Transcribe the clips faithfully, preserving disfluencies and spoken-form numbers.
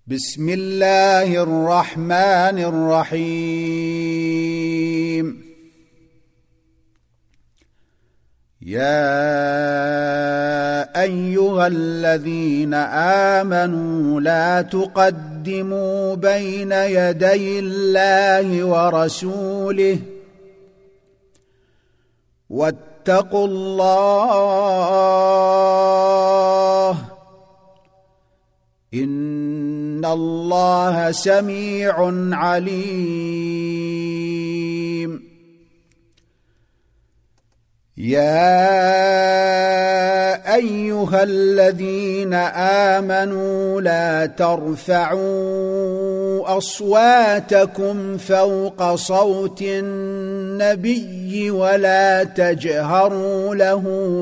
بسم الله الرحمن الرحيم. يا أيها الذين آمنوا لا تقدموا بين يدي الله ورسوله واتقوا الله إن الله سميع عليم. يا أيها الذين آمنوا لا ترفعوا أصواتكم فوق صوت النبي ولا تجهروا له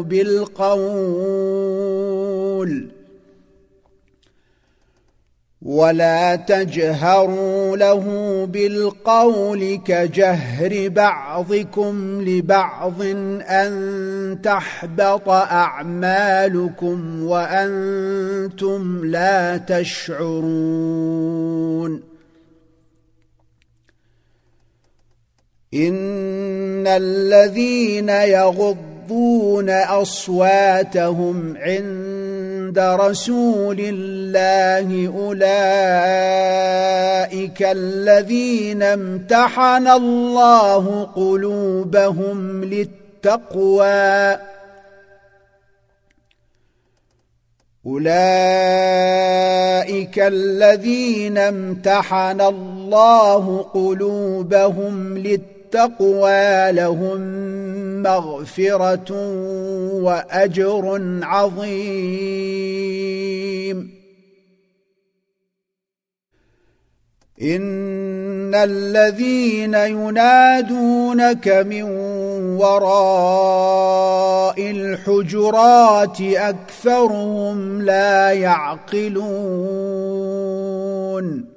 بالقول ولا تجهروا له بالقول كجهر بعضكم لبعض أن تحبط أعمالكم وأنتم لا تشعرون. إن الذين يغضون أصواتهم عند رسول الله أولئك الذين امتحن الله قلوبهم للتقوى أولئك الذين امتحن الله قلوبهم للتقوى التقوى لهم مغفرة وأجر عظيم. إن الذين ينادونك من وراء الحجرات أكثرهم لا يعقلون.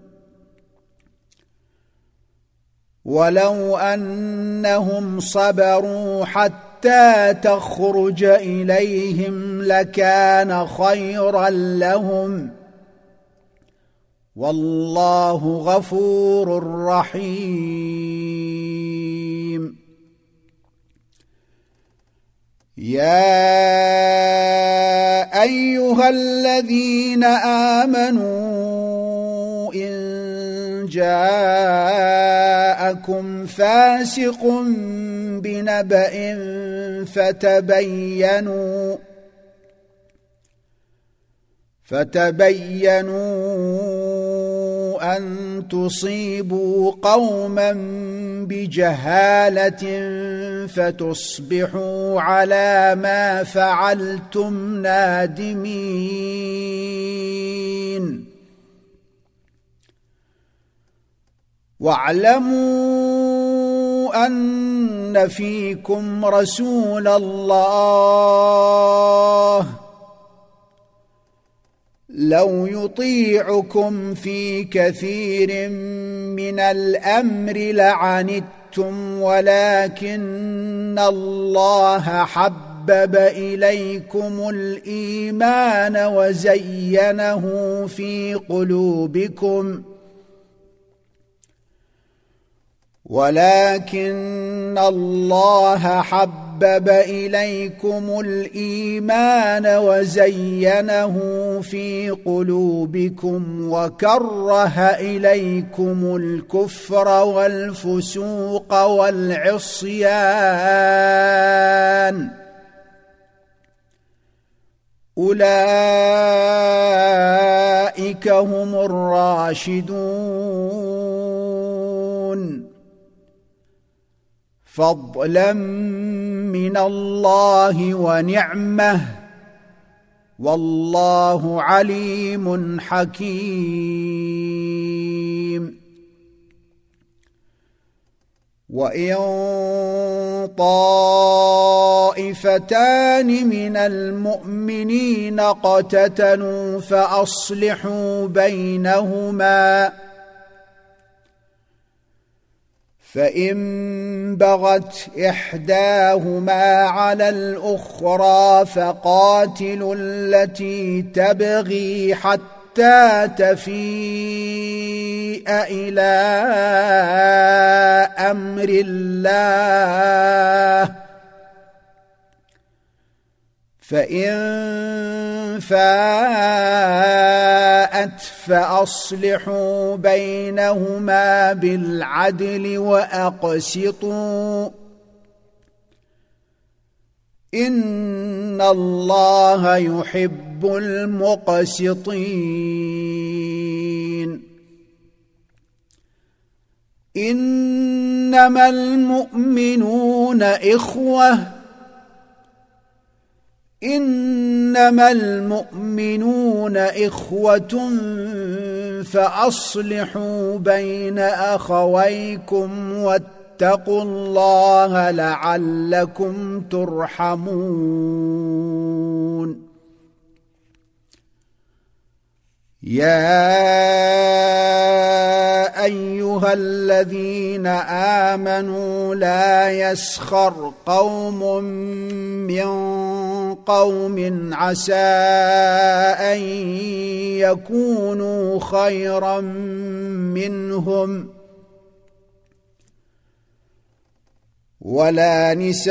ولو أنهم صبروا حتى تخرج إليهم لكان خيرا لهم والله غفور رحيم. يا أيها الذين آمنوا إن جاءكم فاسق بنبأ فتبينوا فتبينوا أن تصيبوا قوما بجهالة فتصبحوا على ما فعلتم نادمين. واعلموا أن فيكم رسول الله لو يطيعكم في كثير من الأمر لعنتم ولكن الله حبب إليكم الإيمان وزينه في قلوبكم ولكن الله حبب إليكم الإيمان وزينه في قلوبكم وكره إليكم الكفر والفسوق والعصيان أولئك هم الراشدون فضلا من الله ونعمه والله عليم حكيم. وإن طائفتان من المؤمنين اقتتلوا فأصلحوا بينهما فإن بغت إحداهما على الأخرى فقاتلوا التي تبغي حتى حتى تفيء إلى أمر الله، فإن فاءت فأصلحوا بينهما بالعدل وأقسطوا إن الله يحب المقسطين. إنما المؤمنون إخوة إنما المؤمنون إخوة فأصلحوا بين أخويكم واتقوا الله لعلكم ترحمون. يا أيها الذين آمنوا لا يسخر قوم من قوم عسى أن يكونوا خيرا منهم ولا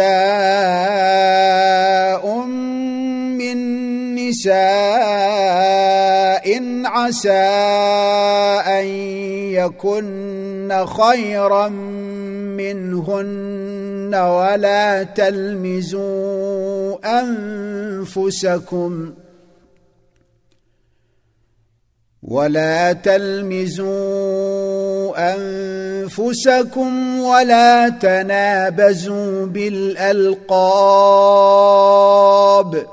نساء من نساء عسى أن يكن خيرا منهن ولا تلمزوا أنفسكم ولا تلمزوا أنفسكم ولا تنابزوا بالألقاب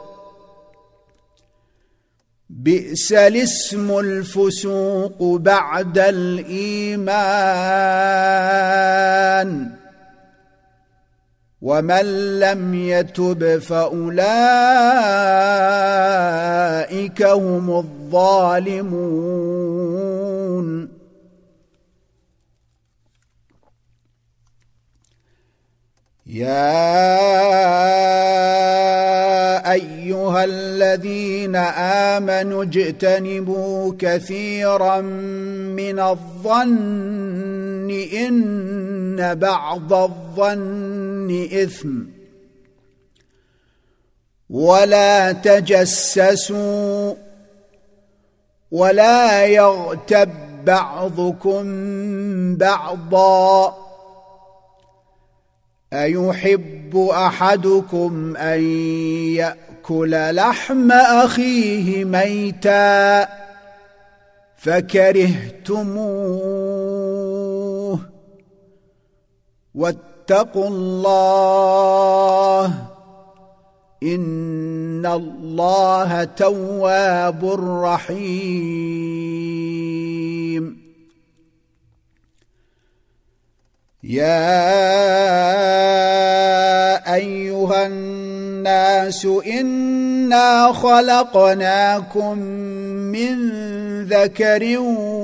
بئس الاسم الفسوق بعد الإيمان ومن لم يتب فأولئك هم الظالمون. يا أيها الذين آمنوا اجتنبوا كثيرا من الظن إن بعض الظن إثم ولا تجسسوا ولا يغتب بعضكم بعضا أيحب أحدكم أن يأكل لحم أخيه ميتا فكرهتموه واتقوا الله إن الله تواب رحيم. يا أيها الناس إنا خلقناكم من ذكر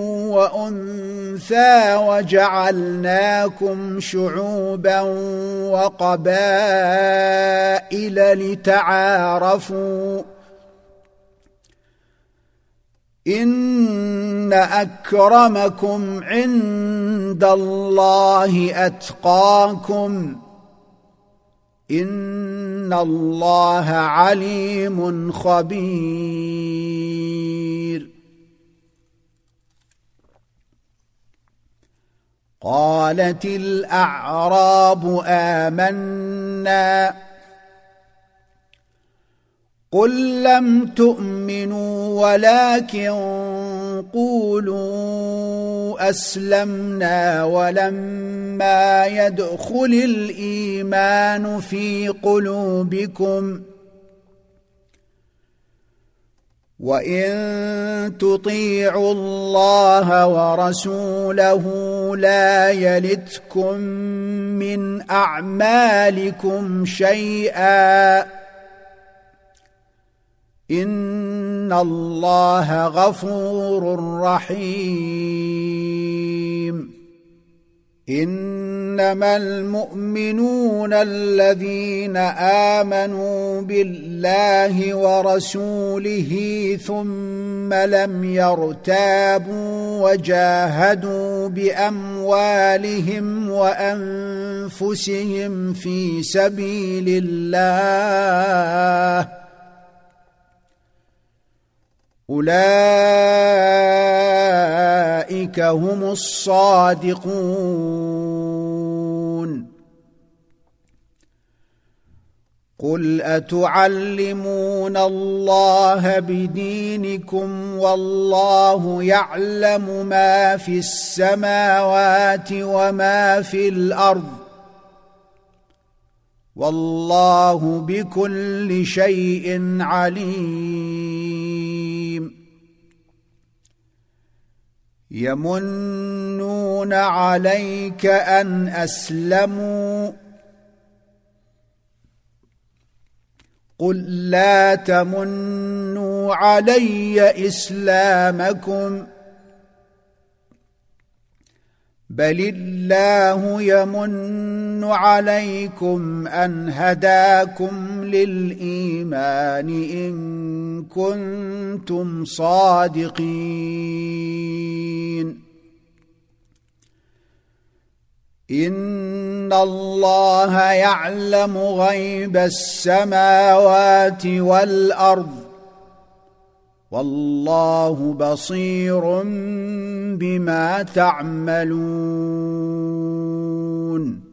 وأنثى وجعلناكم شعوبا وقبائل لتعارفوا إن أكرمكم عند الله أتقاكم إن الله عليم خبير. قالت الأعراب آمنا قل لم تؤمنوا ولكن قولوا أسلمنا ولما يدخل الإيمان في قلوبكم وإن تطيعوا الله ورسوله لا يلتكم من أعمالكم شيئا إن الله غفور رحيم. إنما المؤمنون الذين آمنوا بالله ورسوله ثم لم يرتابوا وجاهدوا بأموالهم وأنفسهم في سبيل الله أولئك هم الصادقون قل أتعلمون الله بدينكم والله يعلم ما في السماوات وما في الأرض والله بكل شيء عليم يمنون عليك أن أسلموا قل لا تمنوا علي إسلامكم بل الله يمن عليكم أن هداكم للإيمان إن كنتم صادقين إن الله يعلم غيب السماوات والأرض والله بصير بما تعملون